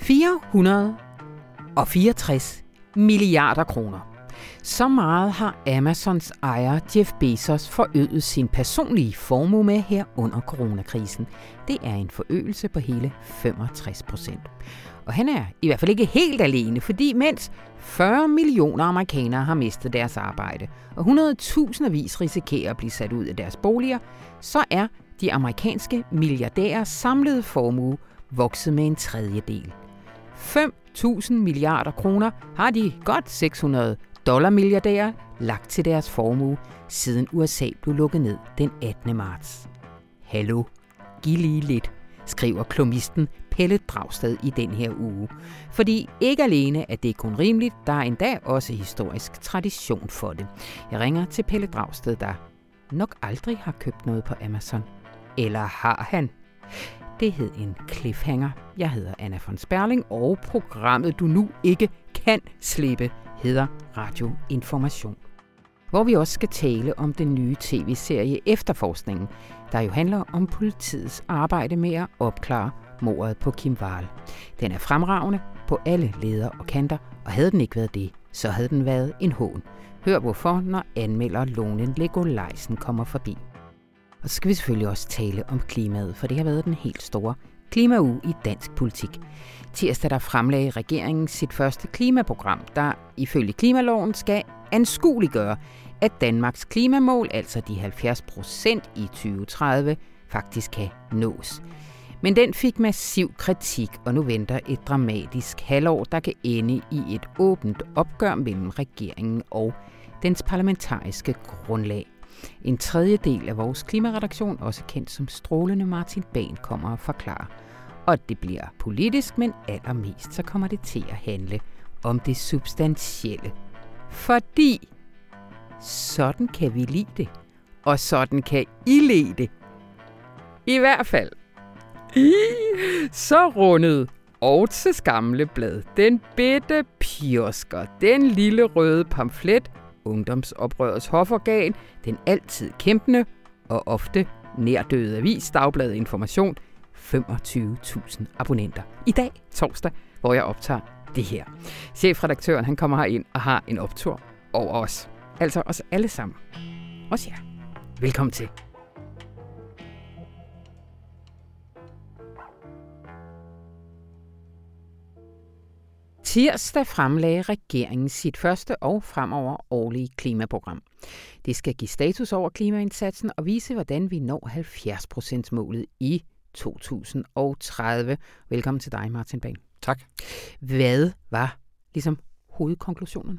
464 milliarder kroner. Så meget har Amazons ejer Jeff Bezos forøget sin personlige formue med her under coronakrisen. Det er en forøgelse på hele 65%. Og han er i hvert fald ikke helt alene, fordi mens 40 millioner amerikanere har mistet deres arbejde, og 100.000 risikerer at blive sat ud af deres boliger, så er de amerikanske milliardærers samlede formue vokset med en tredjedel. 5.000 milliarder kroner har de godt $600 milliardærer lagt til deres formue, siden USA blev lukket ned den 18. marts. Hallo, giv lige lidt, skriver klummisten Pelle Dragsted i den her uge. Fordi ikke alene er det kun rimeligt, der er endda også historisk tradition for det. Jeg ringer til Pelle Dragsted, der nok aldrig har købt noget på Amazon. Eller har han? Det hed en cliffhanger. Jeg hedder Anna von Sperling, og programmet du nu ikke kan slippe hedder Radio Information. Hvor vi også skal tale om den nye tv-serie Efterforskningen, der jo handler om politiets arbejde med at opklare mordet på Kim Wall. Den er fremragende på alle leder og kanter, og havde den ikke været det, så havde den været en hån. Hør hvorfor, når anmelder Lone Legolejsen kommer forbi. Og så skal vi selvfølgelig også tale om klimaet, for det har været den helt store klimauge i dansk politik. Tirsdag der fremlagde regeringen sit første klimaprogram, der ifølge klimaloven skal anskueliggøre, at Danmarks klimamål, altså de 70% i 2030, faktisk kan nås. Men den fik massiv kritik, og nu venter et dramatisk halvår, der kan ende i et åbent opgør mellem regeringen og dens parlamentariske grundlag. En tredjedel af vores klimaredaktion, også kendt som Strålende Martin Bahn, kommer og forklare. Og det bliver politisk, men allermest så kommer det til at handle om det substantielle. Fordi sådan kan vi lide det, og sådan kan I lide det. I hvert fald. Så rundet og til skamle blad, den bitte piosker, den lille røde pamflet, ungdomsoprørets hoforgan, den altid kæmpende og ofte nærdøde avis Dagbladet Information, 25.000 abonnenter. I dag, torsdag, hvor jeg optager det her. Chefredaktøren han kommer herind og har en optur over os. Altså os alle sammen. Også jer. Velkommen til. Tirsdag fremlagde regeringen sit første og fremover årlige klimaprogram. Det skal give status over klimaindsatsen og vise, hvordan vi når 70%-målet i 2030. Velkommen til dig, Martin Bahn. Tak. Hvad var hovedkonklusionerne?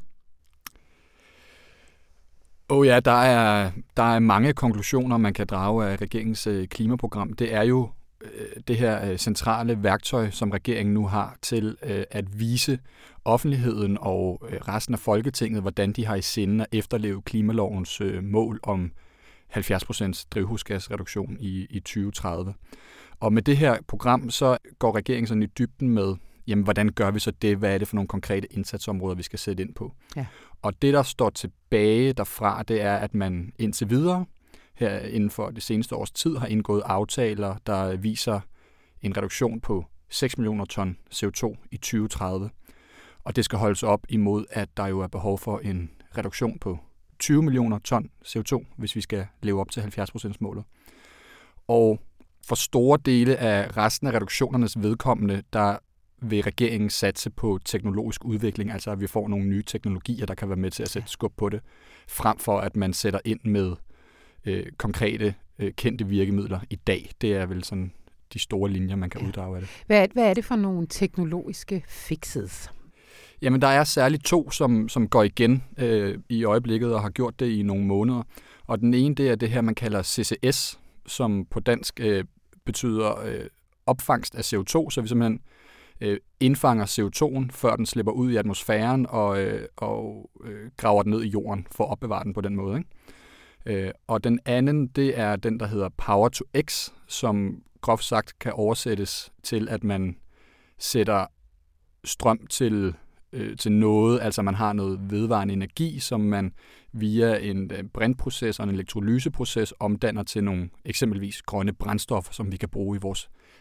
Ja, der er mange konklusioner, man kan drage af regeringens klimaprogram. Det er jo det her centrale værktøj, som regeringen nu har til at vise offentligheden og resten af Folketinget, hvordan de har i sinde at efterleve klimalovens mål om 70% drivhusgasreduktion i 2030. Og med det her program, så går regeringen sådan i dybden med, jamen, hvordan gør vi så det? Hvad er det for nogle konkrete indsatsområder, vi skal sætte ind på? Ja. Og det, der står tilbage derfra, det er, at man indtil videre, her inden for det seneste års tid, har indgået aftaler, der viser en reduktion på 6 millioner ton CO2 i 2030. Og det skal holdes op imod, at der jo er behov for en reduktion på 20 millioner ton CO2, hvis vi skal leve op til 70%-målet. Og for store dele af resten af reduktionernes vedkommende, der vil regeringen satse på teknologisk udvikling, altså at vi får nogle nye teknologier, der kan være med til at sætte skub på det, frem for at man sætter ind med konkrete, kendte virkemidler i dag. Det er vel sådan de store linjer, man kan uddrage af det. Hvad er det for nogle teknologiske fixes? Jamen, der er særligt to, som går igen i øjeblikket og har gjort det i nogle måneder. Og den ene, det er det her, man kalder CCS, som på dansk betyder opfangst af CO2, så vi simpelthen indfanger CO2'en, før den slipper ud i atmosfæren og graver den ned i jorden for at opbevare den på den måde, ikke? Og den anden, det er den, der hedder Power to X, som groft sagt kan oversættes til, at man sætter strøm til noget, altså man har noget vedvarende energi, som man via en brintproces og en elektrolyseproces omdanner til nogle eksempelvis grønne brændstoffer, som vi kan bruge i vores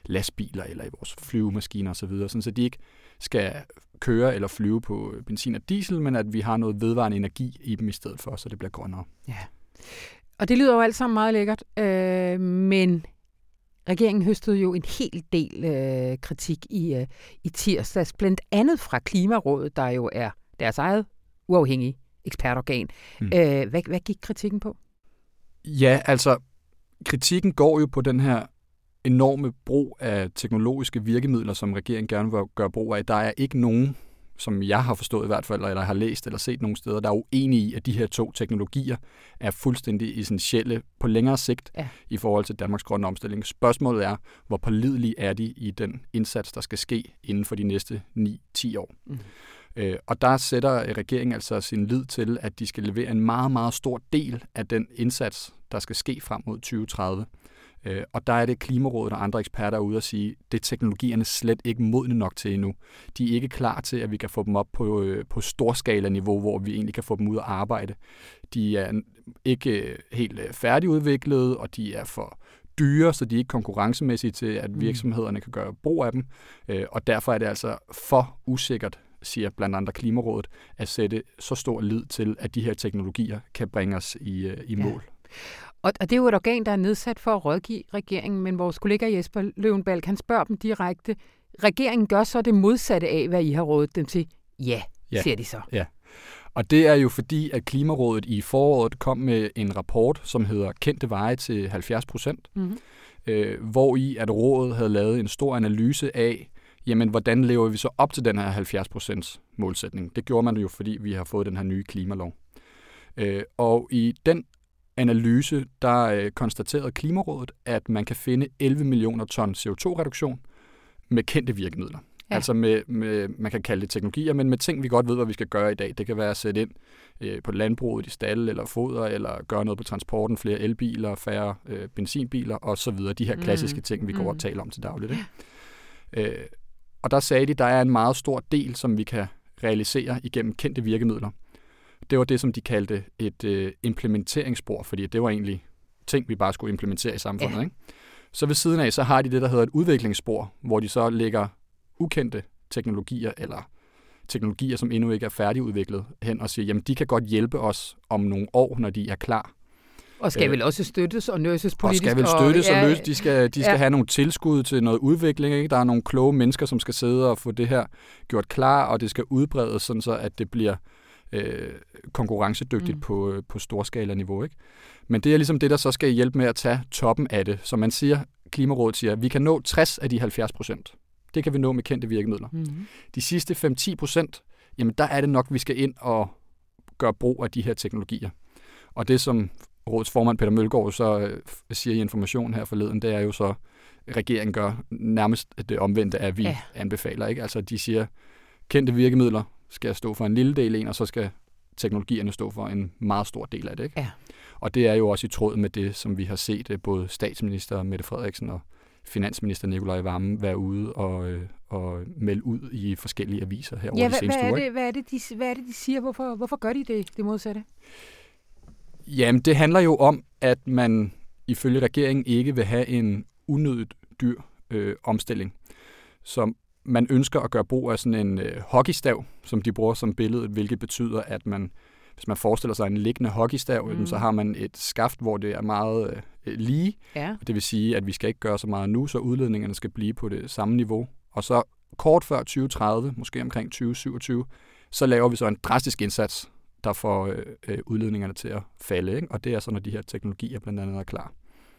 lastbiler eller i vores flyvemaskiner osv., sådan så de ikke skal køre eller flyve på benzin og diesel, men at vi har noget vedvarende energi i dem i stedet for, så det bliver grønnere. Ja. Og det lyder jo alt sammen meget lækkert, men regeringen høstede jo en hel del kritik i tirsdags, blandt andet fra Klimarådet, der jo er deres eget uafhængige ekspertorgan. Hvad gik kritikken på? Ja, altså kritikken går jo på den her enorme brug af teknologiske virkemidler, som regeringen gerne vil gøre brug af. Der er ikke nogen, som jeg har forstået i hvert fald, eller har læst eller set nogle steder, der er uenige i, at de her to teknologier er fuldstændig essentielle på længere sigt i forhold til Danmarks grønne omstilling. Spørgsmålet er, hvor pålidelige er de i den indsats, der skal ske inden for de næste 9-10 år. Og der sætter regeringen altså sin lid til, at de skal levere en meget, meget stor del af den indsats, der skal ske frem mod 2030. Og der er det Klimarådet og andre eksperter ude at sige, at det er teknologierne slet ikke modne nok til endnu. De er ikke klar til, at vi kan få dem op på storskala-niveau, hvor vi egentlig kan få dem ud at arbejde. De er ikke helt færdigudviklede, og de er for dyre, så de er ikke konkurrencemæssige til, at virksomhederne kan gøre brug af dem. Og derfor er det altså for usikkert, siger blandt andet Klimarådet, at sætte så stor lid til, at de her teknologier kan bringe os i mål. Og det er jo et organ, der er nedsat for at rådgive regeringen, men vores kollega Jesper Løvenbalk, han spørger dem direkte. Regeringen gør så det modsatte af, hvad I har rådet dem til? Ja, siger de så. Ja. Og det er jo fordi, at Klimarådet i foråret kom med en rapport, som hedder Kendte veje til 70%, hvor i at rådet havde lavet en stor analyse af, jamen, hvordan lever vi så op til den her 70% målsætning? Det gjorde man jo, fordi vi har fået den her nye klimalov. Og i den analyse, der konstaterede Klimarådet, at man kan finde 11 millioner ton CO2-reduktion med kendte virkemidler. Ja. Altså med, man kan kalde det teknologier, men med ting, vi godt ved, hvad vi skal gøre i dag. Det kan være at sætte ind på landbruget i stalde eller foder, eller gøre noget på transporten, flere elbiler, færre benzinbiler osv. De her klassiske ting, vi går og taler om til dagligt. Ikke? Og der sagde de, at der er en meget stor del, som vi kan realisere igennem kendte virkemidler. Det var det, som de kaldte et implementeringsspor, fordi det var egentlig ting, vi bare skulle implementere i samfundet. Ikke? Så ved siden af, så har de det, der hedder et udviklingsspor, hvor de så lægger ukendte teknologier, eller teknologier, som endnu ikke er færdigudviklet, hen og siger, jamen de kan godt hjælpe os om nogle år, når de er klar. Og skal vel også støttes og nøses politisk. Og skal vel støttes og løses. De skal have nogle tilskud til noget udvikling. Ikke? Der er nogle kloge mennesker, som skal sidde og få det her gjort klar, og det skal udbredes, sådan så at det bliver konkurrencedygtigt på storskala-niveau. Ikke? Men det er ligesom det, der så skal hjælpe med at tage toppen af det. Så man siger, Klimarådet siger, at vi kan nå 60 af de 70%. Det kan vi nå med kendte virkemidler. De sidste 5-10%, jamen der er det nok, vi skal ind og gøre brug af de her teknologier. Og det, som rådets formand Peter Mølgaard så siger i Information her forleden, det er jo så, at regeringen gør nærmest det omvendte af, vi anbefaler. Ikke? Altså de siger, kendte virkemidler skal stå for en lille del af en, og så skal teknologierne stå for en meget stor del af det. Ikke? Ja. Og det er jo også i tråd med det, som vi har set både statsminister Mette Frederiksen og finansminister Nicolai Wammen være ude og melde ud i forskellige aviser her over de seneste uger. Hvad er det, de siger? Hvorfor gør de det modsatte? Jamen, det handler jo om, at man ifølge regeringen ikke vil have en unødigt dyr omstilling. Så man ønsker at gøre brug af sådan en hockeystav, som de bruger som billede, hvilket betyder, at man, hvis man forestiller sig en liggende hockeystav, så har man et skaft, hvor det er meget lige. Ja. Det vil sige, at vi skal ikke gøre så meget nu, så udledningerne skal blive på det samme niveau. Og så kort før 2030, måske omkring 2027, så laver vi så en drastisk indsats, der får udledningerne til at falde. Ikke? Og det er så, når de her teknologier blandt andet er klar.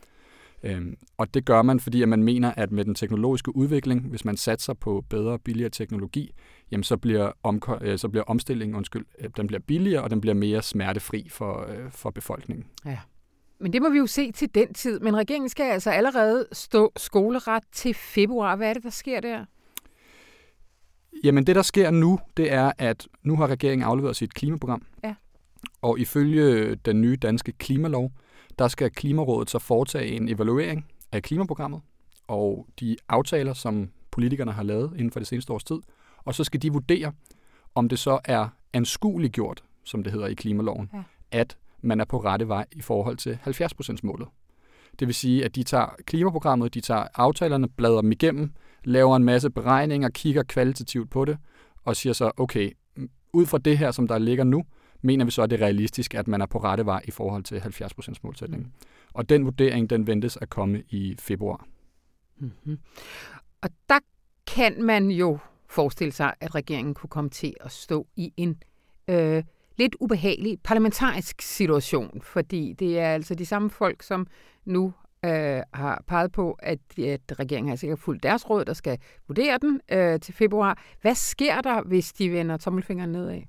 Og det gør man, fordi at man mener, at med den teknologiske udvikling, hvis man satser på bedre og billigere teknologi, jamen så bliver omstillingen, den bliver billigere, og den bliver mere smertefri for befolkningen. Ja. Men det må vi jo se til den tid. Men regeringen skal altså allerede stå skoleret til februar. Hvad er det, der sker der? Jamen det, der sker nu, det er, at nu har regeringen afleveret sit klimaprogram. Ja. Og ifølge den nye danske klimalov, der skal Klimarådet så foretage en evaluering af klimaprogrammet og de aftaler, som politikerne har lavet inden for det seneste års tid. Og så skal de vurdere, om det så er anskueliggjort, som det hedder i klimaloven, at man er på rette vej i forhold til 70%-målet. Det vil sige, at de tager klimaprogrammet, de tager aftalerne, bladrer dem igennem, laver en masse beregninger, kigger kvalitativt på det, og siger så, okay, ud fra det her, som der ligger nu, mener vi så, at det er realistisk, at man er på rette vej i forhold til 70% målsætningen. Og den vurdering, den ventes at komme i februar. Mm-hmm. Og der kan man jo forestille sig, at regeringen kunne komme til at stå i en lidt ubehagelig parlamentarisk situation, fordi det er altså de samme folk, som nu har peget på, at regeringen har sikkert fulgt deres råd, der skal vurdere den til februar. Hvad sker der, hvis de vender tommelfingeren nedad?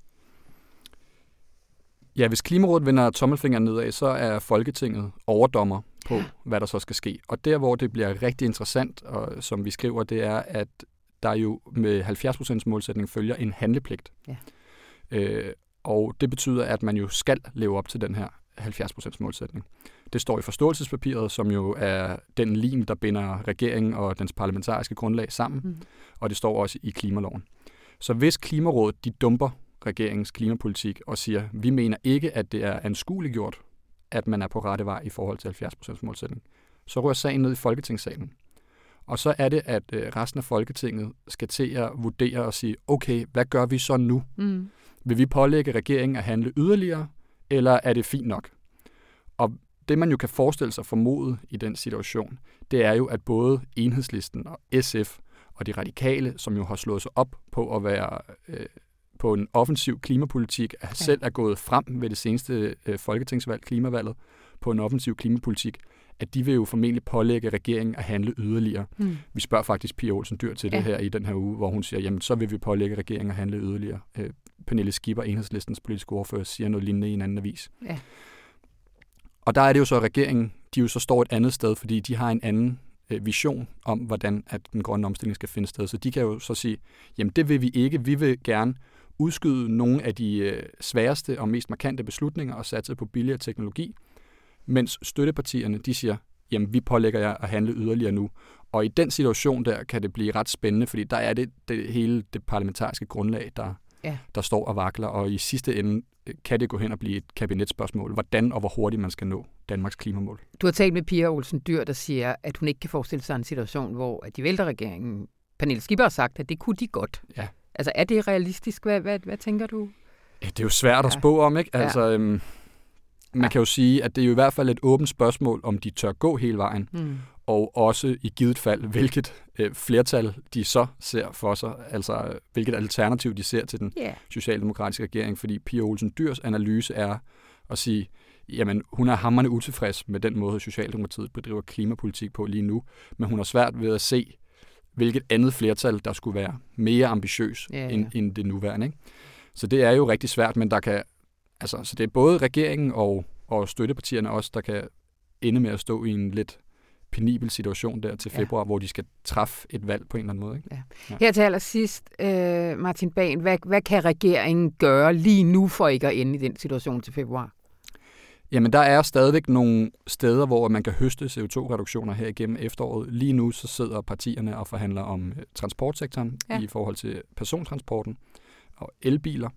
Ja, hvis Klimarådet vender tommelfingeren nedad, så er Folketinget overdommer på, hvad der så skal ske. Og der, hvor det bliver rigtig interessant, og som vi skriver, det er, at der jo med 70% målsætning følger en handlepligt. Ja. Og det betyder, at man jo skal leve op til den her 70% målsætning. Det står i forståelsespapiret, som jo er den lim, der binder regeringen og dens parlamentariske grundlag sammen. Og det står også i klimaloven. Så hvis Klimarådet de dumper regeringens klimapolitik og siger, vi mener ikke, at det er anskueliggjort, at man er på rette vej i forhold til 70% målsætning, så rører sagen ned i Folketingssalen. Og så er det, at resten af Folketinget skal til at vurdere og sige, okay, hvad gør vi så nu? Vil vi pålægge regeringen at handle yderligere, eller er det fint nok? Og det, man jo kan forestille sig formode i den situation, det er jo, at både Enhedslisten og SF og de radikale, som jo har slået sig op på at være på en offensiv klimapolitik, selv er gået frem ved det seneste folketingsvalg, klimavalget, på en offensiv klimapolitik, at de vil jo formentlig pålægge regeringen at handle yderligere. Vi spørger faktisk Pia Olsen Dyhr til det her i den her uge, hvor hun siger, jamen så vil vi pålægge regeringen at handle yderligere. Pernille Skipper, Enhedslistens politiske ordfører, siger noget lignende i en anden avis. Ja. Og der er det jo så, at regeringen, de jo så står et andet sted, fordi de har en anden vision om, hvordan at den grønne omstilling skal finde sted. Så de kan jo så sige, jamen det vil vi ikke. Vi vil gerne udskyde nogle af de sværeste og mest markante beslutninger og satse på billigere teknologi, mens støttepartierne, de siger, jamen vi pålægger jer at handle yderligere nu. Og i den situation der kan det blive ret spændende, fordi der er det hele det parlamentariske grundlag, der står og vakler, og i sidste ende kan det gå hen og blive et kabinetsspørgsmål, hvordan og hvor hurtigt man skal nå Danmarks klimamål. Du har talt med Pia Olsen Dyhr, der siger, at hun ikke kan forestille sig en situation, hvor de vælter regeringen. Pernille Skipper har sagt, at det kunne de godt. Ja. Altså er det realistisk? Hvad tænker du? Ja, det er jo svært at spå om, ikke? Altså, man kan jo sige, at det er jo i hvert fald et åbent spørgsmål, om de tør gå hele vejen, og også i givet fald, hvilket flertal de så ser for sig, altså hvilket alternativ de ser til den socialdemokratiske regering, fordi Pia Olsen Dyhrs analyse er at sige, jamen hun er hamrende utilfreds med den måde, Socialdemokratiet bedriver klimapolitik på lige nu, men hun har svært ved at se, hvilket andet flertal, der skulle være mere ambitiøs end det nuværende. Ikke? Så det er jo rigtig svært, men der kan, altså, så det er både regeringen og støttepartierne også, der kan ende med at stå i en lidt penibel situation der til februar, hvor de skal træffe et valg på en eller anden måde. Ikke? Ja. Ja. Her til allersidst, Martin Bahn, hvad kan regeringen gøre lige nu for ikke at ende i den situation til februar? Jamen, der er stadigvæk nogle steder, hvor man kan høste CO2-reduktioner her igennem efteråret. Lige nu så sidder partierne og forhandler om transportsektoren i forhold til persontransporten og elbiler.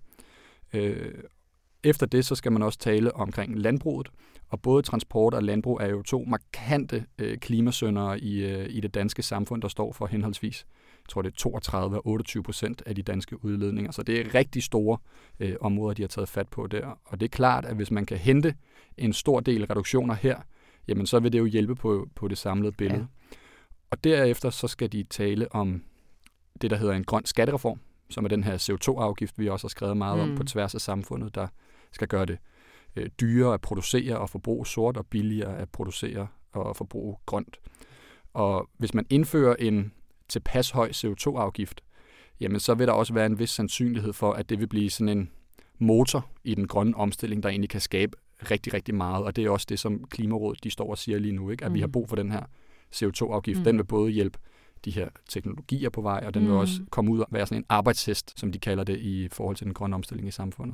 Efter det så skal man også tale omkring landbruget, og både transport og landbrug er jo to markante klimasyndere i det danske samfund, der står for henholdsvis, jeg tror det er 32% af de danske udledninger. Så det er rigtig store områder, de har taget fat på der. Og det er klart, at hvis man kan hente en stor del reduktioner her, jamen så vil det jo hjælpe på det samlede billede. Ja. Og derefter så skal de tale om det, der hedder en grøn skattereform, som er den her CO2-afgift, vi også har skrevet meget om på tværs af samfundet, der skal gøre det dyrere at producere og forbruge sort og billigere at producere og forbruge grønt. Og hvis man indfører en tilpas høj CO2-afgift, jamen så vil der også være en vis sandsynlighed for, at det vil blive sådan en motor i den grønne omstilling, der egentlig kan skabe rigtig, rigtig meget. Og det er også det, som Klimarådet de står og siger lige nu, ikke? At vi har brug for den her CO2-afgift. Den vil både hjælpe de her teknologier på vej, og den vil også komme ud og være sådan en arbejdshest, som de kalder det, i forhold til den grønne omstilling i samfundet.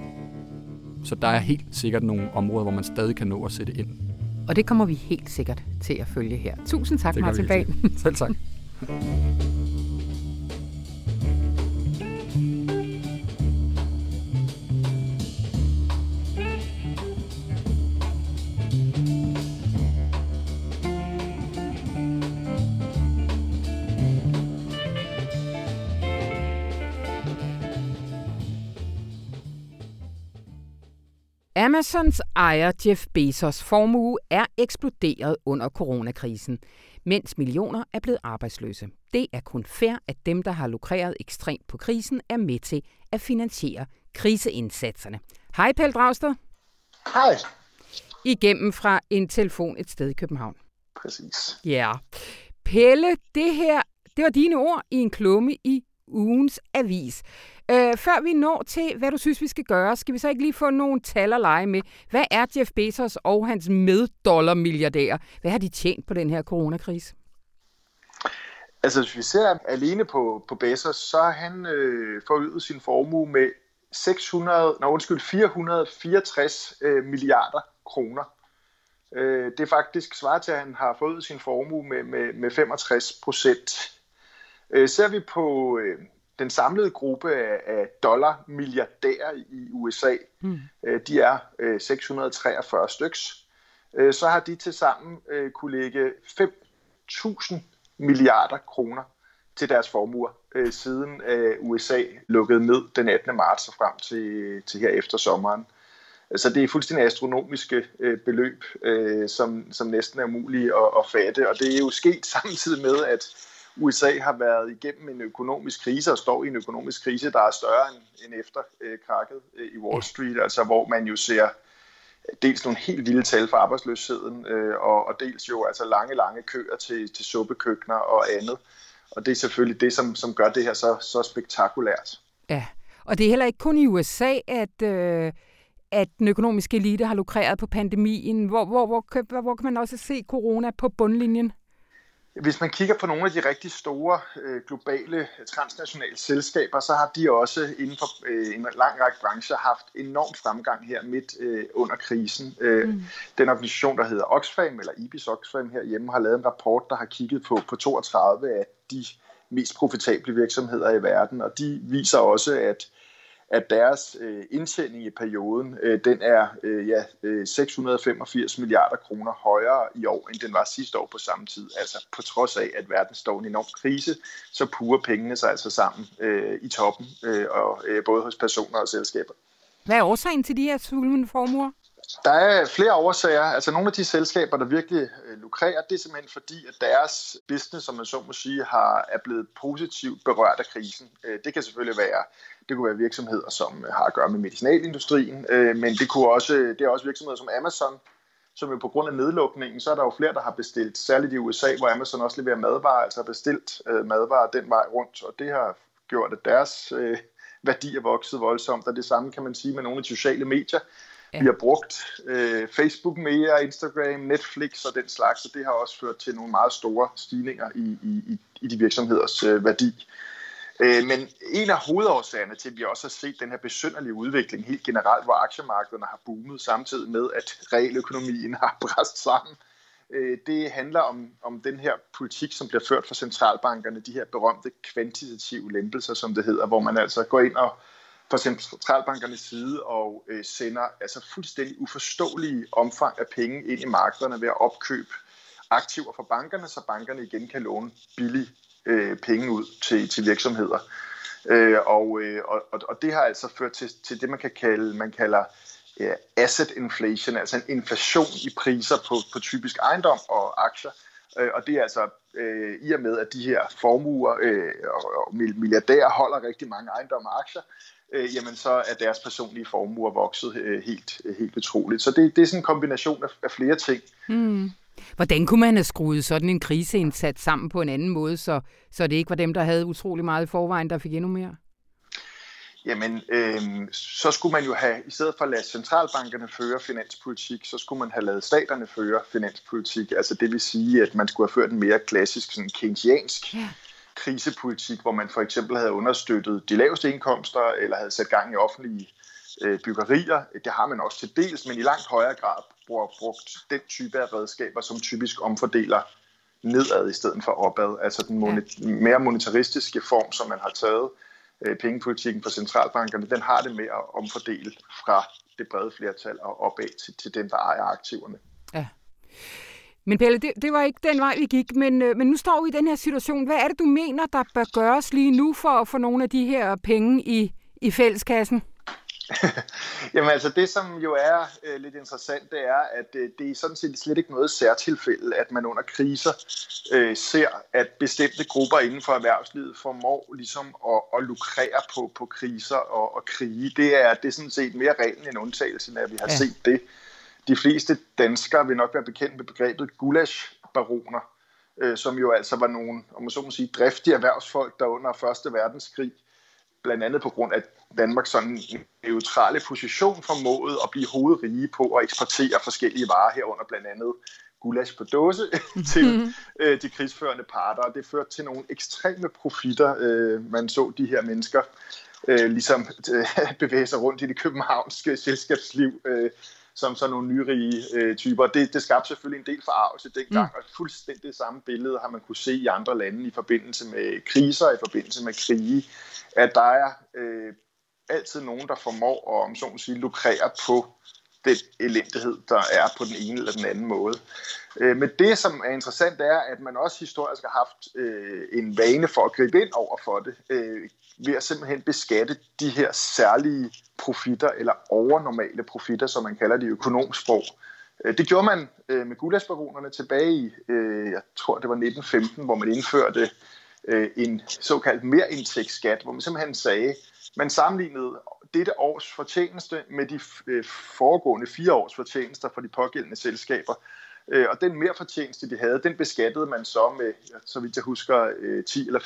Så der er helt sikkert nogle områder, hvor man stadig kan nå at sætte ind. Og det kommer vi helt sikkert til at følge her. Tusind tak, Martin Bahn. Selv tak. Amazons ejer Jeff Bezos' formue er eksploderet under coronakrisen, mens millioner er blevet arbejdsløse. Det er kun fair, at dem, der har lukreret ekstremt på krisen, er med til at finansiere kriseindsatserne. Hej Pelle Dragsted. Hej. Igennem fra en telefon et sted i København. Præcis. Ja. Pelle, det var dine ord i en klumme i ugens avis. Før vi når til, hvad du synes, vi skal gøre, skal vi så ikke lige få nogle tal at lege med. Hvad er Jeff Bezos og hans meddollarmilliardærer? Hvad har de tjent på den her coronakrise? Altså, hvis vi ser alene på Bezos, så har han forøget sin formue med 464 milliarder kroner. Det er faktisk svaret til, at han har forøget sin formue med 65%. Ser vi på den samlede gruppe af dollarmilliardærer i USA, de er 643 styks, så har de tilsammen kunne lægge 5.000 milliarder kroner til deres formuer, siden USA lukkede ned den 18. marts og frem til her efter sommeren. Så det er fuldstændig astronomiske beløb, som næsten er umulige at fatte, og det er jo sket samtidig med, at USA har været igennem en økonomisk krise og står i en økonomisk krise, der er større end efter krakket i Wall Street, altså hvor man jo ser dels nogle helt vilde tal for arbejdsløsheden, og dels jo altså lange køer til suppekøkkener og andet. Og det er selvfølgelig det, som gør det her så spektakulært. Ja, og det er heller ikke kun i USA, at den økonomiske elite har lukreret på pandemien. Hvor kan man også se corona på bundlinjen? Hvis man kigger på nogle af de rigtig store globale transnationale selskaber, så har de også inden for en lang række brancher haft enorm fremgang her midt under krisen. Den organisation, der hedder Oxfam, eller IBIS Oxfam herhjemme, har lavet en rapport, der har kigget på 32 af de mest profitable virksomheder i verden, og de viser også, at deres indtjening i perioden, den er 685 milliarder kroner højere i år, end den var sidste år på samme tid. Altså på trods af, at verden står i en enorm krise, så puger pengene sig altså sammen i toppen, både hos personer og selskaber. Hvad er årsagen til de her svulmende formuer? Der er flere årsager. Altså nogle af de selskaber, der virkelig lukrerer, det er simpelthen fordi, at deres business, som man så må sige, er blevet positivt berørt af krisen. Det kan selvfølgelig være virksomheder, som har at gøre med medicinalindustrien, men det er også virksomheder som Amazon, som jo på grund af nedlukningen, så er der jo flere, der har bestilt, særligt i USA, hvor Amazon også leverer madvarer, altså har bestilt madvarer den vej rundt, og det har gjort, at deres værdi er vokset voldsomt, og det samme kan man sige med nogle af de sociale medier. Vi har brugt Facebook mere, Instagram, Netflix og den slags, og det har også ført til nogle meget store stigninger i de virksomheders værdi. Men en af hovedårsagerne til, at vi også har set den her besynderlige udvikling helt generelt, hvor aktiemarkederne har boomet samtidig med, at realøkonomien har brast sammen, det handler om den her politik, som bliver ført fra centralbankerne, de her berømte kvantitative lempelser, som det hedder, hvor man altså går ind og fra centralbankernes side og sender altså fuldstændig uforståelige omfang af penge ind i markederne ved at opkøbe aktiver fra bankerne, så bankerne igen kan låne billige penge ud til virksomheder. Og det har altså ført til det, man kalder asset inflation, altså en inflation i priser på typisk ejendom og aktier. Og det er altså i og med, at de her formuer og milliardærer holder rigtig mange ejendomme og aktier, jamen så er deres personlige formuer vokset helt utroligt. Så det er sådan en kombination af flere ting. Hvordan kunne man have skruet sådan en kriseindsats sammen på en anden måde, så det ikke var dem, der havde utrolig meget i forvejen, der fik endnu mere? Jamen, så skulle man jo have, i stedet for at lade centralbankerne føre finanspolitik, så skulle man have ladet staterne føre finanspolitik. Altså det vil sige, at man skulle have ført en mere klassisk, sådan keynesiansk krisepolitik, hvor man for eksempel havde understøttet de laveste indkomster, eller havde sat gang i offentlige byggerier. Det har man også til dels, men i langt højere grad brugt den type af redskaber, som typisk omfordeler nedad i stedet for opad. Altså den mere monetaristiske form, som man har taget pengepolitikken fra centralbankerne, den har det med at omfordele fra det brede flertal og opad til dem, der ejer aktiverne. Ja. Men Pelle, det var ikke den vej, vi gik, men nu står vi i den her situation. Hvad er det, du mener, der bør gøres lige nu for at få nogle af de her penge i fælleskassen? Jamen altså det, som jo er lidt interessant, det er, at det er sådan set slet ikke noget særtilfælde, at man under kriser ser, at bestemte grupper inden for erhvervslivet formår ligesom at lukrere på kriser og krige. Det er sådan set mere reglen end undtagelsen, at vi har set det. De fleste danskere vil nok være bekendt med begrebet gullaschbaroner, som jo altså var nogle, om man så må sige, driftige erhvervsfolk, der under 1. verdenskrig, blandt andet på grund af Danmarks sådan neutrale position, formåede at blive hovedrige på at eksportere forskellige varer herunder, blandt andet gulasch på dåse til de krigsførende parter. Og det førte til nogle ekstreme profitter. Man så de her mennesker ligesom bevæge sig rundt i det københavnske selskabsliv som sådan nogle nyrige typer. Det skabte selvfølgelig en del forarvelse dengang, og fuldstændig det samme billede har man kunne se i andre lande i forbindelse med kriser, i forbindelse med krige, at der er altid nogen, der formår at, om så må sige, lukrere på den elendighed, der er på den ene eller den anden måde. Men det, som er interessant, er, at man også historisk har haft en vane for at gribe ind over for det, ved at simpelthen beskatte de her særlige profitter, eller overnormale profitter, som man kalder det i økonomsprog. Det gjorde man med gullaschbaronerne tilbage i, jeg tror det var 1915, hvor man indførte en såkaldt merindtægtsskat, hvor man simpelthen sagde, man sammenlignede dette års fortjeneste med de foregående 4 års fortjenester for de pågældende selskaber. Og den merfortjeneste, de havde, den beskattede man så med, så vidt jeg husker, 10 eller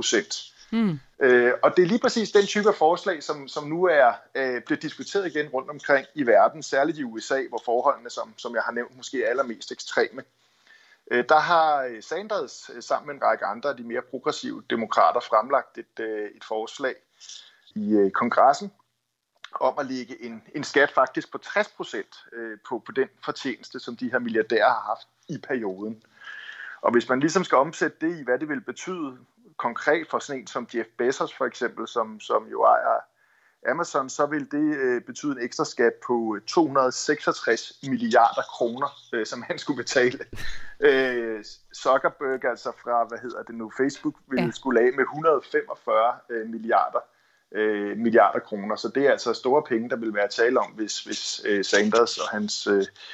15%. Og det er lige præcis den type af forslag, som nu bliver diskuteret igen rundt omkring i verden, særligt i USA, hvor forholdene, som jeg har nævnt, måske er allermest ekstreme. Der har Sanders sammen med en række andre af de mere progressive demokrater fremlagt et forslag i kongressen om at lægge en skat faktisk på 60% på den fortjeneste, som de her milliardærer har haft i perioden. Og hvis man ligesom skal omsætte det i, hvad det vil betyde konkret for sådan en som Jeff Bezos for eksempel, som jo ejer Amazon, så vil det betyde en ekstra skat på 266 milliarder kroner, som han skulle betale. Zuckerberg, altså fra, Facebook, ville skulle af med 145 milliarder kroner. Så det er altså store penge, der vil være tale om, hvis Sanders og hans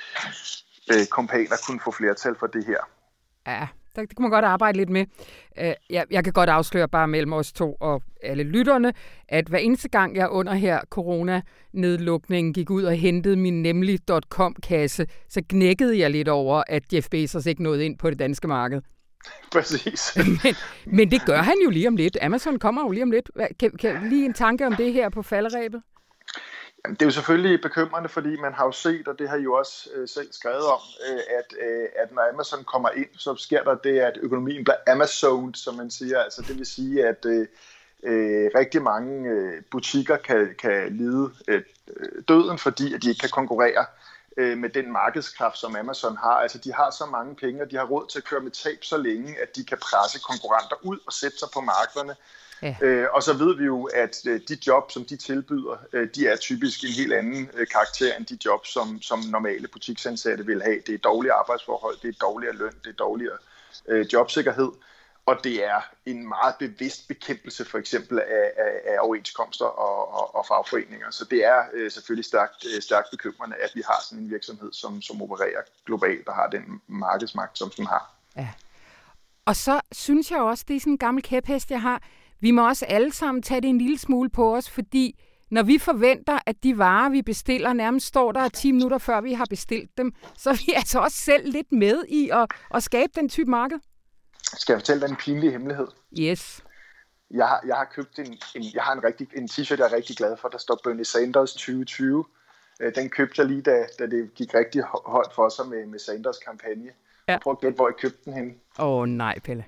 kompaner kunne få flertal for det her. Ja, det kunne man godt arbejde lidt med. Jeg kan godt afsløre bare mellem os to og alle lytterne, at hver eneste gang jeg under her coronanedlukningen gik ud og hentede min nemlig.com-kasse, så knækkede jeg lidt over, at Jeff Bezos ikke nåede ind på det danske marked. Præcis. Men det gør han jo lige om lidt. Amazon kommer jo lige om lidt. Kan lige en tanke om det her på falderebet? Jamen, det er jo selvfølgelig bekymrende, fordi man har jo set, og det har I jo også selv skrevet om, at når Amazon kommer ind, så sker der det, at økonomien bliver Amazoned, som man siger. Altså, det vil sige, at rigtig mange butikker kan lide døden, fordi at de ikke kan konkurrere med den markedskraft, som Amazon har. Altså, de har så mange penge, og de har råd til at køre med tab så længe, at de kan presse konkurrenter ud og sætte sig på markederne. Ja. Og så ved vi jo, at de job, som de tilbyder, de er typisk en helt anden karakter end de job, som normale butiksansatte vil have. Det er dårlige arbejdsforhold, det er dårligere løn, det er dårligere jobsikkerhed, og det er en meget bevidst bekæmpelse for eksempel af overenskomster og fagforeninger. Så det er selvfølgelig stærkt bekymrende, at vi har sådan en virksomhed, som opererer globalt og har den markedsmagt, som den har. Ja. Og så synes jeg også, det er sådan en gammel kæphest, jeg har. Vi må også alle sammen tage det en lille smule på os, fordi når vi forventer, at de varer, vi bestiller, nærmest står der 10 minutter før vi har bestilt dem, så er vi altså også selv lidt med i at skabe den type marked. Skal jeg fortælle dig en pinlig hemmelighed? Yes. Jeg har købt en t-shirt, jeg er rigtig glad for, der står Bernie Sanders 2020. Den købte jeg lige, da det gik rigtig højt for sig med Sanders kampagne. Ja. Prøv at gætte, hvor jeg købte den henne. Nej, Pelle.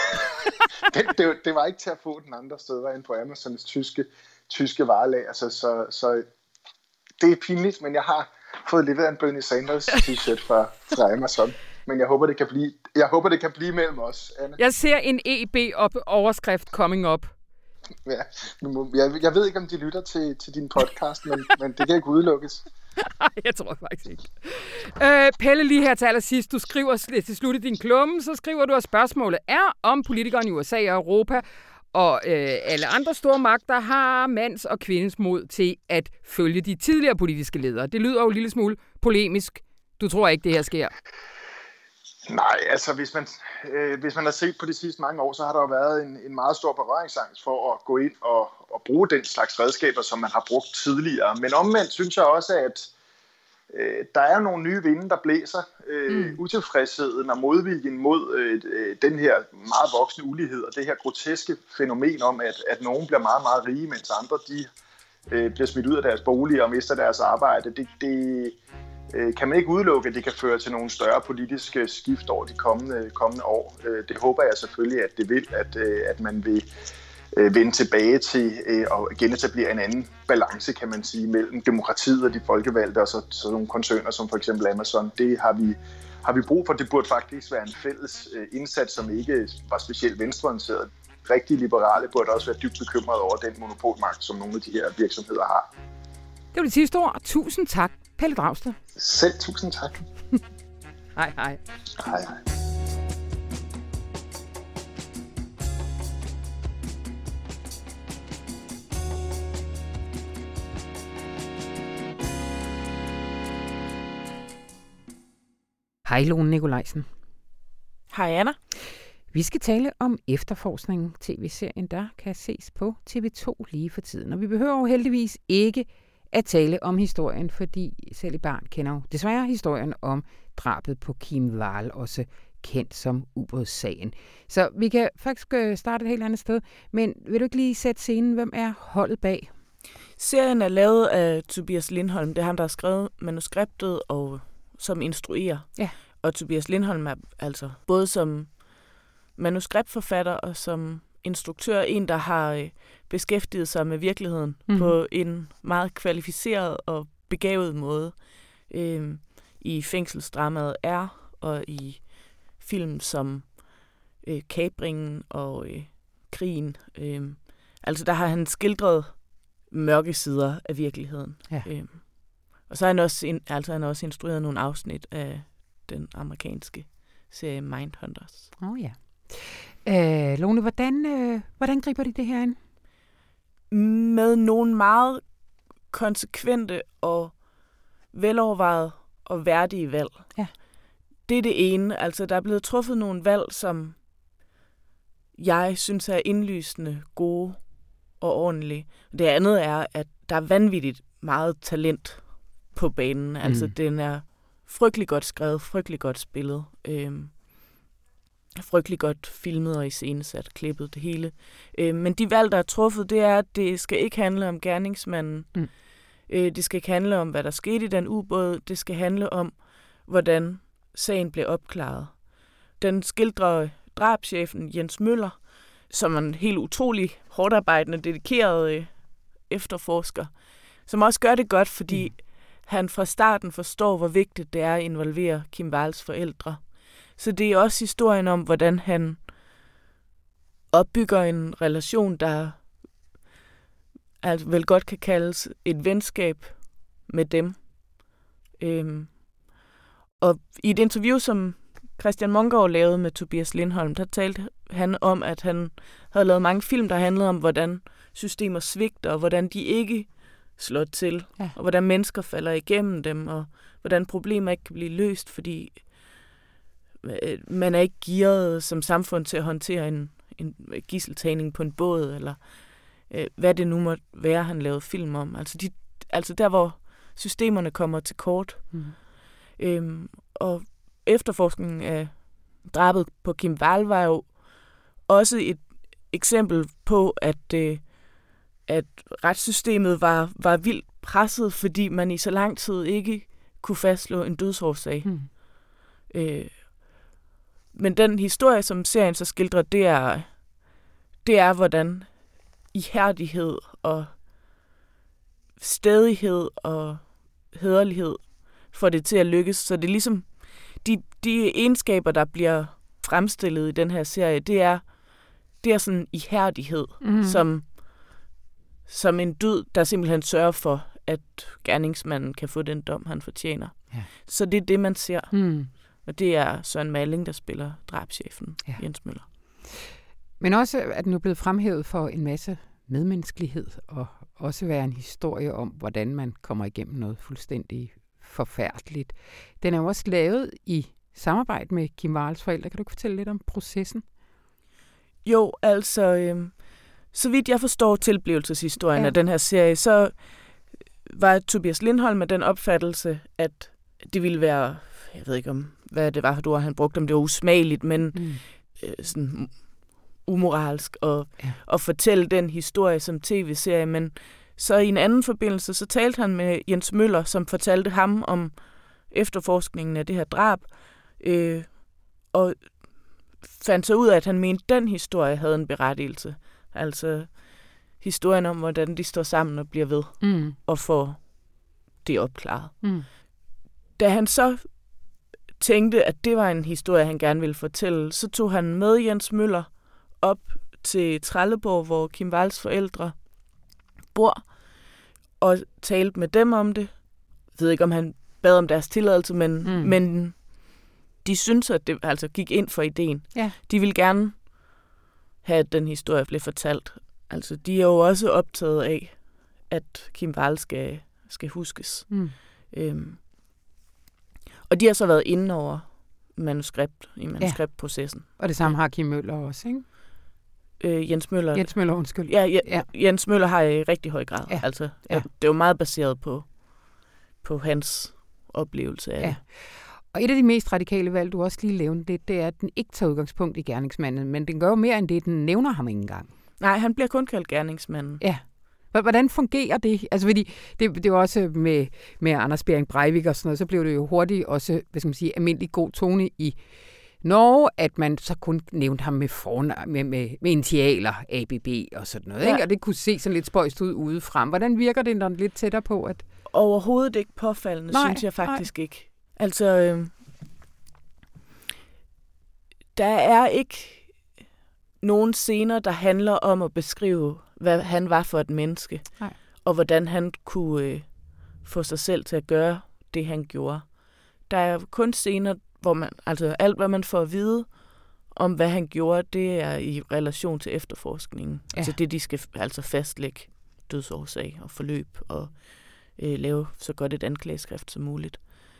Det var ikke til at få den andre steder end på Amazons tyske varelager, så det er pinligt, men jeg har fået lidt af en Bernie Sanders t-shirt fra Amazon. Men jeg håber, det kan blive mellem os, Anne. Jeg ser en EB-overskrift coming up. Ja, jeg ved ikke, om de lytter til din podcast, men det kan ikke udelukkes. Nej, jeg tror faktisk ikke. Pelle, lige her til allersidst, du skriver til slut i din klumme, så skriver du, at spørgsmålet er, om politikerne i USA og Europa Og alle andre store magter har mands og kvindes mod til at følge de tidligere politiske ledere. Det lyder jo en lille smule polemisk. Du tror ikke, det her sker? Nej, altså hvis man har set på de sidste mange år, så har der jo været en meget stor berøringsangst for at gå ind og bruge den slags redskaber, som man har brugt tidligere. Men omvendt synes jeg også, at der er nogle nye vinde, der blæser. Utilfredsheden og modviljen mod den her meget voksende ulighed og det her groteske fænomen om, at nogen bliver meget, meget rige, mens andre de bliver smidt ud af deres bolig og mister deres arbejde. Det kan man ikke udelukke, at det kan føre til nogle større politiske skift over de kommende år. Det håber jeg selvfølgelig, at det vil, at man vil vende tilbage til at genetablere en anden balance, kan man sige, mellem demokratiet og de folkevalgte og så nogle koncerner som for eksempel Amazon. Det har vi brug for. Det burde faktisk være en fælles indsats, som ikke var specielt venstreorienteret. Rigtig liberale burde også være dybt bekymrede over den monopolmagt, som nogle af de her virksomheder har. Det var det sidste ord. Tusind tak, Pelle Dragsted. Selv tusind tak. Hej, hej. Hej, hej. Hej, Lone Nikolajsen. Hej, Anna. Vi skal tale om efterforskningen, tv-serien, der kan ses på TV2 lige for tiden. Og vi behøver jo heldigvis ikke at tale om historien, fordi selv i barn kender jo desværre historien om drabet på Kim Wall, også kendt som ubådssagen. Så vi kan faktisk starte et helt andet sted. Men vil du ikke lige sætte scenen? Hvem er holdet bag? Serien er lavet af Tobias Lindholm. Det er ham, der har skrevet manuskriptet og som instruerer. Ja. Og Tobias Lindholm er altså både som manuskriptforfatter og som instruktør en, der har beskæftiget sig med virkeligheden på en meget kvalificeret og begavet måde. I fængselsdramaet R og i film som Kapringen og Krigen. Altså der har han skildret mørke sider af virkeligheden. Ja. Og så har han også instrueret nogle afsnit af den amerikanske serie Mindhunters. Ja. Lone, hvordan griber de det her ind? Med nogle meget konsekvente og velovervejede og værdige valg. Ja. Det er det ene. Altså, der er blevet truffet nogle valg, som jeg synes er indlysende gode og ordentlige. Det andet er, at der er vanvittigt meget talent på banen. Altså, den er frygtelig godt skrevet, frygtelig godt spillet. Frygtelig godt filmet og iscenesat, klippet det hele. Men de valg, der er truffet, det er, at det skal ikke handle om gerningsmanden. Det skal ikke handle om, hvad der skete i den ubåd. Det skal handle om, hvordan sagen blev opklaret. Den skildrer drabschefen Jens Møller, som er en helt utrolig hårdarbejdende, dedikeret efterforsker, som også gør det godt, fordi han fra starten forstår, hvor vigtigt det er at involvere Kim Walls forældre. Så det er også historien om, hvordan han opbygger en relation, der altså vel godt kan kaldes et venskab med dem. Og i et interview, som Christian Mongård lavede med Tobias Lindholm, der talte han om, at han havde lavet mange film, der handlede om, hvordan systemer svigter, og hvordan de ikke slår til, og hvordan mennesker falder igennem dem, og hvordan problemer ikke kan blive løst, fordi man er ikke gearet som samfund til at håndtere en gidseltagning på en båd, eller hvad det nu måtte være, han lavede film om. Altså der, hvor systemerne kommer til kort. Og efterforskningen af drabet på Kim Wall var jo også et eksempel på, at retssystemet var vildt presset, fordi man i så lang tid ikke kunne fastslå en dødsårsag. Men den historie, som serien så skildrer, det er hvordan ihærdighed og stædighed og hæderlighed får det til at lykkes. Så det er ligesom de egenskaber, der bliver fremstillet i den her serie, det er sådan ihærdighed, som en dyd, der simpelthen sørger for, at gerningsmanden kan få den dom, han fortjener. Ja. Så det er det, man ser. Og det er Søren Malling, der spiller drabschefen, Jens Møller. Men også, at den er blevet fremhævet for en masse medmenneskelighed, og også være en historie om, hvordan man kommer igennem noget fuldstændig forfærdeligt. Den er jo også lavet i samarbejde med Kim Walls forældre. Kan du ikke fortælle lidt om processen? Jo, altså, så vidt jeg forstår tilblivelseshistorien af den her serie, så var Tobias Lindholm med den opfattelse, at det ville være, jeg ved ikke om, hvad det var for ord, han brugte, om det var usmageligt, men sådan umoralsk at fortælle den historie som tv-serie. Men så i en anden forbindelse, så talte han med Jens Møller, som fortalte ham om efterforskningen af det her drab, og fandt så ud af, at han mente, at den historie havde en berettigelse. Altså historien om, hvordan de står sammen og bliver ved og får det opklaret. Da han så tænkte, at det var en historie, han gerne ville fortælle, så tog han med Jens Møller op til Trelleborg, hvor Kim Walls forældre bor, og talte med dem om det. Jeg ved ikke, om han bad om deres tilladelse, men de synes, at det altså gik ind for ideen. Ja. De ville gerne have, at den historie blev fortalt. Altså, de er jo også optaget af, at Kim Walls skal huskes. Og de har så været inde over manuskriptprocessen. Og det samme har Kim Møller også, ikke? Jens Møller, undskyld. Ja, Jens Møller har i rigtig høj grad. Ja. Altså, det er jo meget baseret på hans oplevelse af det. Og et af de mest radikale valg, du også lige nævnte, det er, at den ikke tager udgangspunkt i gerningsmanden, men den gør jo mere end det, den nævner ham ikke engang. Nej, han bliver kun kaldt gerningsmanden. Ja. Hvordan fungerer det? Altså, fordi det var også med Anders Bering Breivik og sådan noget, så blev det jo hurtigt også, hvad skal man sige, almindelig god tone i Norge, at man så kun nævnte ham med initialer, ABB og sådan noget, ikke? Og det kunne se sådan lidt spøjst ud udefra. Hvordan virker det, når den lidt tættere på? At overhovedet ikke påfaldende, synes jeg faktisk ikke. Altså, der er ikke nogen scener, der handler om at beskrive, hvad han var for et menneske, og hvordan han kunne få sig selv til at gøre det, han gjorde. Der er kun scener, hvor man, altså alt, hvad man får at vide om, hvad han gjorde, det er i relation til efterforskningen. Ja. Altså det, de skal altså fastlægge dødsårsag og forløb og lave så godt et anklageskrift som muligt.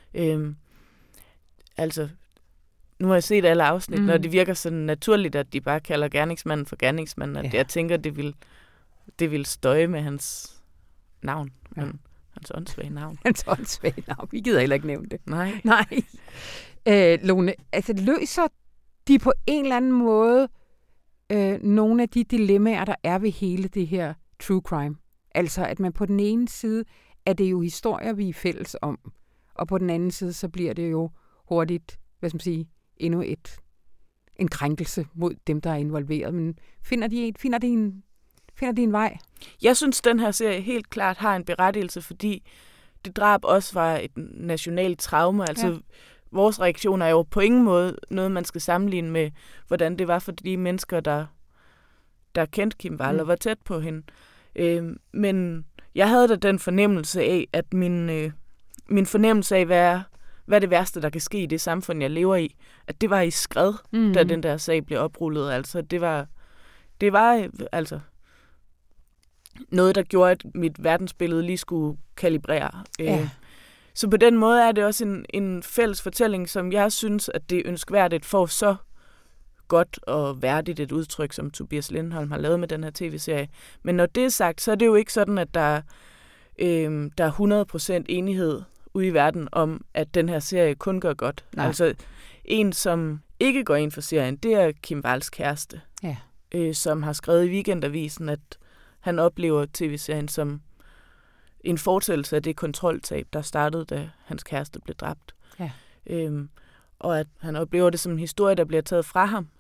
Altså, nu har jeg set alle afsnit, når det virker sådan naturligt, at de bare kalder gerningsmanden for gerningsmanden, at jeg tænker, det vil støje med hans navn. Ja. Hans åndssvage navn. Hans åndssvage navn. Vi gider heller ikke nævne det. Nej. Lone, altså løser de på en eller anden måde nogle af de dilemmaer, der er ved hele det her true crime? Altså, at man på den ene side er det jo historier, vi er fælles om, og på den anden side, så bliver det jo hurtigt, hvad skal man sige, endnu en krænkelse mod dem, der er involveret. Men finder de en vej? Jeg synes, den her serie helt klart har en berettigelse, fordi det drab også var et nationalt traume. Altså, vores reaktion er jo på ingen måde noget, man skal sammenligne med, hvordan det var for de mennesker, der kendte Kim Wall og var tæt på hende. Men jeg havde da den fornemmelse af, at min fornemmelse af, hvad er det værste, der kan ske i det samfund, jeg lever i, at det var i skred, da den der sag blev oprullet. Altså, det var altså noget, der gjorde, at mit verdensbillede lige skulle kalibrere. Så på den måde er det også en fælles fortælling, som jeg synes, at det er ønskværdigt for så godt og værdigt et udtryk, som Tobias Lindholm har lavet med den her tv-serie. Men når det er sagt, så er det jo ikke sådan, at der er 100% enighed ude i verden om, at den her serie kun gør godt. Nej. Altså, en, som ikke går ind for serien, det er Kim Walls kæreste, som har skrevet i Weekendavisen, at han oplever tv-serien som en fortællelse af det kontroltab, der startede, da hans kæreste blev dræbt. Ja. Og at han oplever det som en historie, der bliver taget fra ham.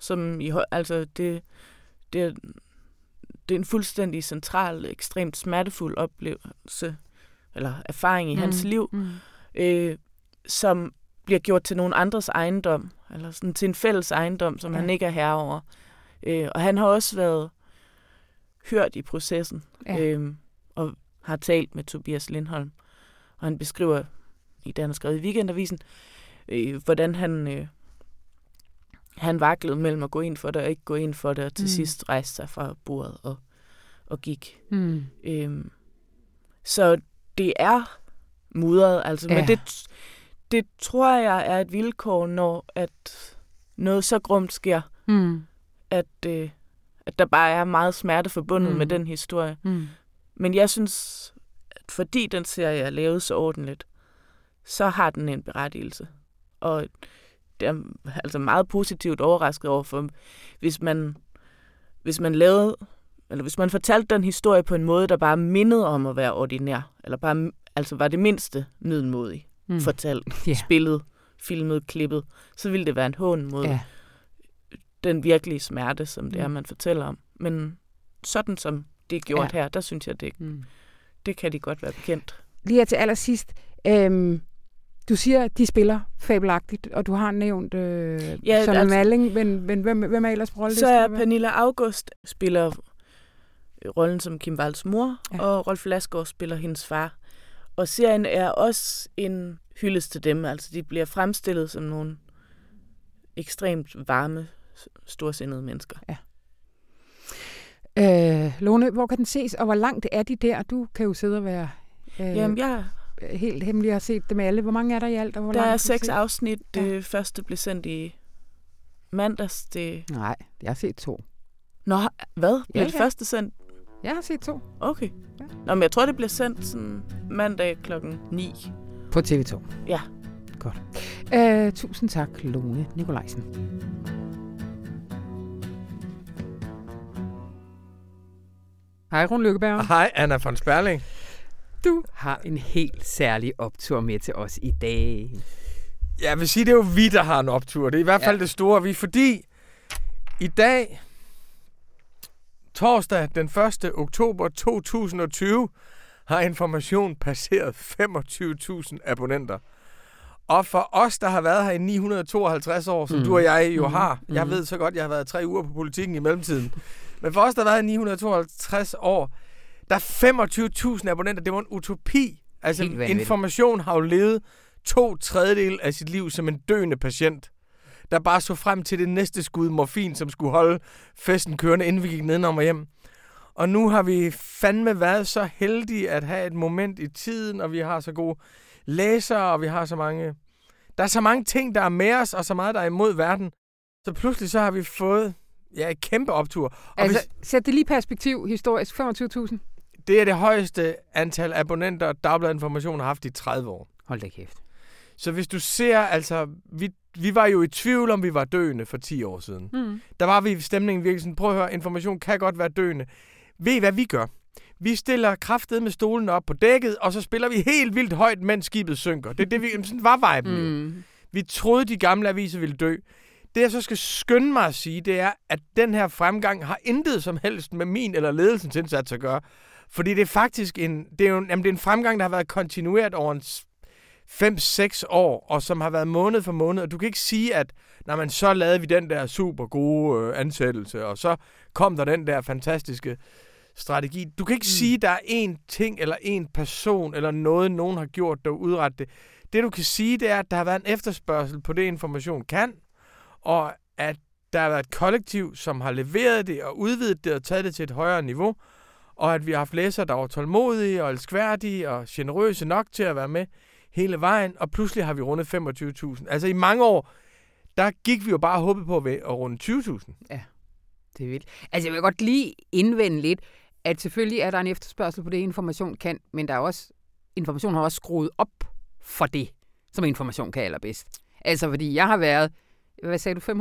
Det er en fuldstændig central, ekstremt smertefuld oplevelse, eller erfaring i hans liv, som bliver gjort til nogen andres ejendom, eller sådan til en fælles ejendom, som han ikke er herre over. Og han har også været hørt i processen, og har talt med Tobias Lindholm. Og han beskriver, i det han har skrevet i Weekendavisen, hvordan han vaklede mellem at gå ind for det og ikke gå ind for det, og til sidst rejste sig fra bordet og gik. Så det er mudret, altså. Men det tror jeg er et vilkår, når at noget så grumt sker, at der bare er meget smerte forbundet med den historie. Men jeg synes, at fordi den serie er lavet så ordentligt, så har den en berettigelse. Og det er altså meget positivt overrasket over, for hvis man fortalte den historie på en måde, der bare mindede om at være ordinær, eller bare altså var det mindste middelmådigt fortalt, spillet, filmet, klippet, så ville det være en hån mod den virkelige smerte, som det er, man fortæller om. Men sådan som det er gjort her, der synes jeg, det kan de godt være bekendt. Lige her til allersidst, du siger, at de spiller fabelagtigt, og du har nævnt Sonja Malling, men hvem er ellers rolle? Så er Pernille August spiller rollen som Kim Walls mor, og Rolf Lassgaard spiller hendes far. Og serien er også en hyldest til dem, altså de bliver fremstillet som nogle ekstremt varme, storsindede mennesker. Ja. Lone, hvor kan den ses, og hvor langt er de der? Du kan jo sidde og være Jamen, jeg helt hemmelig at have set dem alle. Hvor mange er der i alt? Og hvor der er 6 afsnit. Det første blev sendt i mandags. Nej, jeg har set 2. Nå, hvad? Blev det første sendt? Jeg har set 2. Okay. Ja. Nå, men jeg tror, det blev sendt sådan mandag 9:00. På TV2? Ja. Godt. Tusind tak, Lone Nikolajsen. Hej, Rune Lykkeberg. Hej, Anna von Sperling. Du har en helt særlig optur med til os i dag. Jeg vil sige, det er jo vi, der har en optur. Det er i hvert fald det store vi, fordi i dag, torsdag den 1. oktober 2020, har Information passeret 25.000 abonnenter. Og for os, der har været her i 952 år, som du og jeg jo har, jeg ved så godt, jeg har været 3 uger på Politikken i mellemtiden, men for os, der har været her i 952 år, der er 25.000 abonnenter. Det var en utopi. Altså, Information har jo levet 2/3 af sit liv som en døende patient, der bare så frem til det næste skud morfin, som skulle holde festen kørende, inden vi gik nedenom og hjem. Og nu har vi fandme været så heldige at have et moment i tiden, og vi har så gode læsere, og vi har så mange... Der er så mange ting, der er med os, og så meget, der er imod verden. Så pludselig så har vi fået et kæmpe optur. Og altså, sæt det lige perspektiv historisk. 25.000? Det er det højeste antal abonnenter, Dagbladet Information har haft i 30 år. Hold da kæft. Så hvis du ser, altså, vi var jo i tvivl, om vi var døende for 10 år siden. Der var vi i stemningen virkelig sådan, prøv at høre, Information kan godt være døende. Ved I, hvad vi gør? Vi stiller kraftedet med stolen op på dækket, og så spiller vi helt vildt højt, mens skibet synker. Det er det, sådan var viben. Vi troede, de gamle aviser ville dø. Det, jeg så skal skynde mig at sige, det er, at den her fremgang har intet som helst med min eller ledelsens indsats at gøre. Fordi det er faktisk det er en fremgang, der har været kontinueret over 5-6 år, og som har været måned for måned. Og du kan ikke sige, at når man så lavede vi den der super gode ansættelse, og så kom der den der fantastiske strategi. Du kan ikke sige, at der er én ting, eller én person, eller noget, nogen har gjort, der udrettet det. Det, du kan sige, det er, at der har været en efterspørgsel på det, Information kan, og at der har været et kollektiv, som har leveret det, og udvidet det, og taget det til et højere niveau, og at vi har haft læsere, der var tålmodige, og elskværdige, og generøse nok til at være med hele vejen, og pludselig har vi rundet 25.000. Altså i mange år, der gik vi jo bare og håbede på at runde 20.000. Ja, det er vildt. Altså jeg vil godt lige indvende lidt, at selvfølgelig er der en efterspørgsel på det, Information kan, men der er også, Information har også skruet op for det, som Information kan allerbedst. Altså fordi jeg har været, hvad sagde du,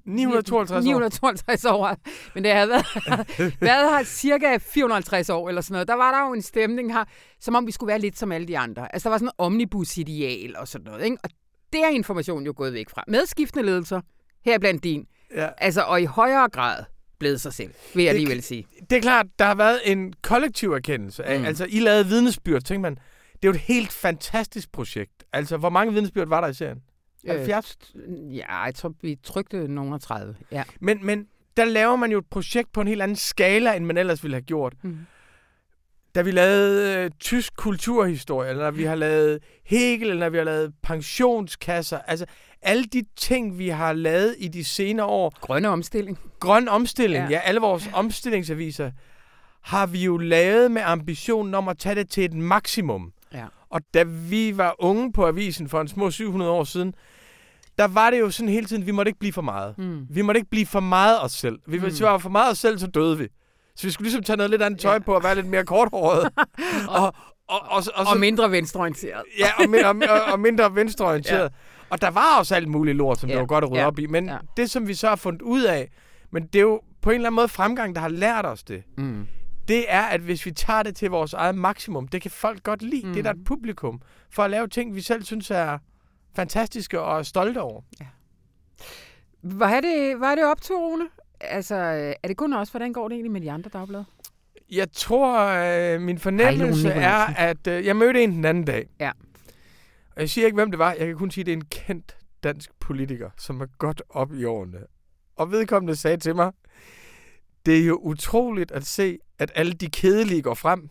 952 år. Men det har været her cirka 450 år eller sådan noget. Der var der jo en stemning her, som om vi skulle være lidt som alle de andre. Altså der var sådan en omnibus-ideal og sådan noget, ikke? Og det er Information jo gået væk fra. Med skiftende ledelser, her blandt din. Ja. Altså, og i højere grad blevet sig selv, vil jeg alligevel sige. Det er klart, der har været en kollektiv erkendelse. Altså, I lavede vidnesbyrd, tænker man. Det er jo et helt fantastisk projekt. Altså, hvor mange vidnesbyrd var der i serien? 70? Ja, jeg tror, vi trykte nogen af 30. Ja. Men der laver man jo et projekt på en helt anden skala, end man ellers ville have gjort. Da vi lavede tysk kulturhistorie, eller når vi har lavet Hegel, eller når vi har lavet pensionskasser, altså alle de ting, vi har lavet i de senere år. Grøn omstilling, ja. Alle vores omstillingsaviser har vi jo lavet med ambitionen om at tage det til et maksimum. Ja. Og da vi var unge på avisen for en små 700 år siden, der var det jo sådan hele tiden, vi måtte ikke blive for meget. Vi måtte ikke blive for meget os selv. Hvis vi var for meget os selv, så døde vi. Så vi skulle ligesom tage noget lidt andet tøj på og være lidt mere korthåret. og mindre venstreorienteret. Ja, og mindre venstreorienteret. Ja. Og der var også alt muligt lort, som det var godt at rydde op i. Men det, som vi så har fundet ud af, men det er jo på en eller anden måde fremgang, der har lært os det. Det er, at hvis vi tager det til vores eget maksimum, det kan folk godt lide. Det er der et publikum for at lave ting, vi selv synes er fantastiske og stolte over. Ja. Var det op til, Rune? Altså, er det kun også, hvordan går det egentlig med de andre dagblade? Jeg tror, min fornemmelse er, at jeg mødte en den anden dag. Ja. Og jeg siger ikke, hvem det var. Jeg kan kun sige, at det er en kendt dansk politiker, som er godt op i årene. Og vedkommende sagde til mig, det er jo utroligt at se, at alle de kedelige går frem.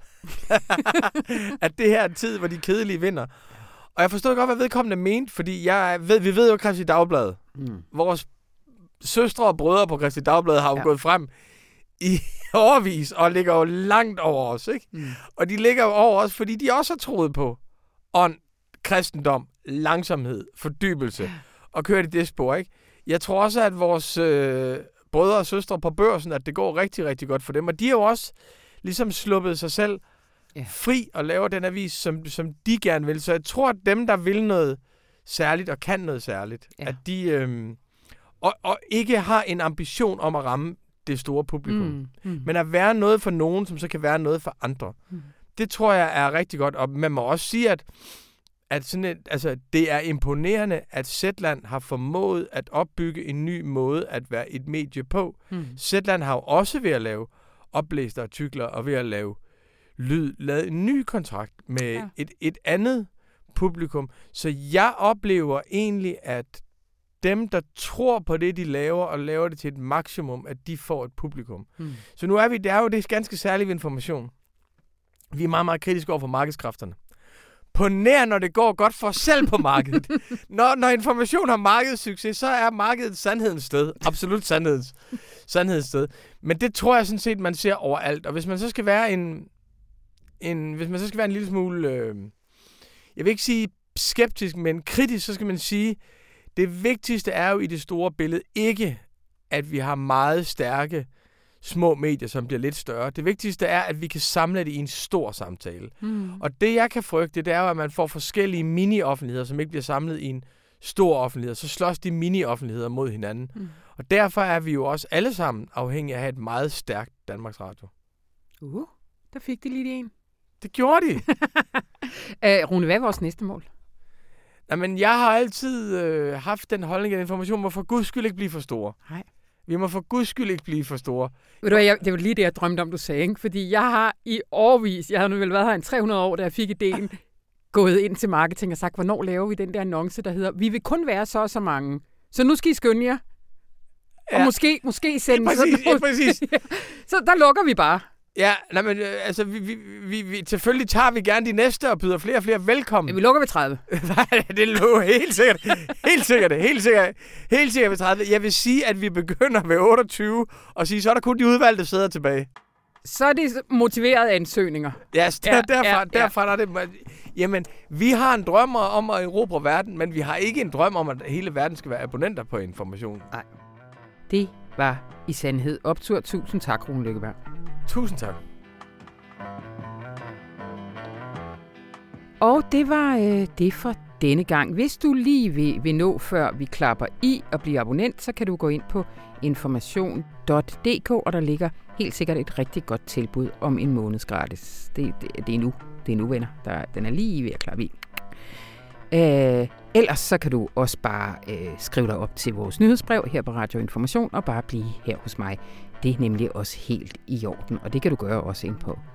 At det her er en tid, hvor de kedelige vinder. Og jeg forstod godt, hvad vedkommende mente, fordi vi ved jo, Kristeligt Dagblad. Vores søstre og brødre på Kristeligt Dagblad har jo gået frem i årevis og ligger jo langt over os, ikke? Og de ligger jo over os, fordi de også har troet på ånd, kristendom, langsomhed, fordybelse og kørt i det spor, ikke? Jeg tror også, at vores brødre og søstre på Børsen, at det går rigtig, rigtig godt for dem. Og de har jo også ligesom sluppet sig selv fri og laver den avis, som de gerne vil. Så jeg tror, at dem, der vil noget særligt og kan noget særligt, at de og ikke har en ambition om at ramme det store publikum, men at være noget for nogen, som så kan være noget for andre. Det tror jeg er rigtig godt. Og man må også sige, at sådan det er imponerende, at Zetland har formået at opbygge en ny måde at være et medie på. Zetland har jo også ved at lave oplæste artikler og ved at lave lyd, lavet en ny kontrakt med et andet publikum. Så jeg oplever egentlig, at dem, der tror på det, de laver, og laver det til et maksimum, at de får et publikum. Så nu er vi, det er jo det ganske særlige ved information. Vi er meget, meget kritiske over for markedskræfterne. På nær, når det går godt for os selv på markedet. Når information har markedssucces, så er markedet sandhedens sted. Absolut sandhedens sted. Men det tror jeg sådan set, man ser overalt. Og hvis man så skal være en lille smule, jeg vil ikke sige skeptisk, men kritisk, så skal man sige, det vigtigste er jo i det store billede ikke, at vi har meget stærke små medier, som bliver lidt større. Det vigtigste er, at vi kan samle det i en stor samtale. Og det, jeg kan frygte, det er jo, at man får forskellige mini-offentligheder, som ikke bliver samlet i en stor offentlighed. Så slås de mini-offentligheder mod hinanden. Og derfor er vi jo også alle sammen afhængige af at have et meget stærkt Danmarks Radio. Der fik de lige en. Det gjorde de. Rune, hvad er vores næste mål? Jamen, jeg har altid haft den holdning, at information må for guds skyld ikke blive for store. Nej. Vi må for guds skyld ikke blive for store. Ved du hvad, det var lige det, jeg drømte om, du sagde, ikke? Fordi jeg har i årvis, jeg har nu vel været her i 300 år, da jeg fik ideen, gået ind til marketing og sagt, hvornår laver vi den der annonce, der hedder, vi vil kun være så mange. Så nu skal I skynde jer. Og måske sende... Ja, præcis. Så der lukker vi bare. Ja, men altså, vi selvfølgelig tager vi gerne de næste og byder flere og flere velkommen. Ja, vi lukker ved 30. Nej, det lukker helt sikkert ved 30. Jeg vil sige, at vi begynder ved 28 og sige, så er der kun de udvalgte sæder tilbage. Så er det motiverede ansøgninger. Ja, derfra er det... Jamen, vi har en drøm om at erobre verden, men vi har ikke en drøm om, at hele verden skal være abonnenter på information. Nej. Det var i sandhed optur. Tusind tak, Rune Lykkeberg. Tusind tak. Og det var det for denne gang. Hvis du lige vil nå, før vi klapper i og bliver abonnent, så kan du gå ind på information.dk, og der ligger helt sikkert et rigtig godt tilbud om en måneds gratis. Det er nu, venner. Den er lige ved at klappe i. Ellers så kan du også bare skrive dig op til vores nyhedsbrev her på Radio Information og bare blive her hos mig. Det er nemlig også helt i orden, og det kan du gøre også ind på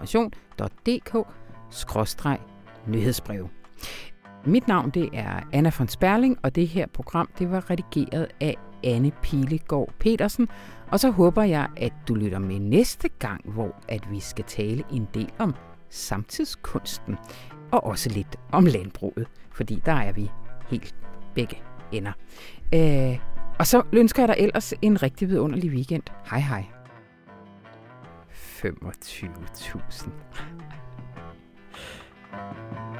information.dk/nyhedsbrev. Mit navn, det er Anna von Sperling, og det her program, det var redigeret af Anne Pilegaard Petersen. Og så håber jeg, at du lytter med næste gang, hvor at vi skal tale en del om samtidskunsten, og også lidt om landbruget, fordi der er vi helt begge ender. Og så ønsker jeg dig ellers en rigtig vidunderlig weekend. Hej hej. 25.000.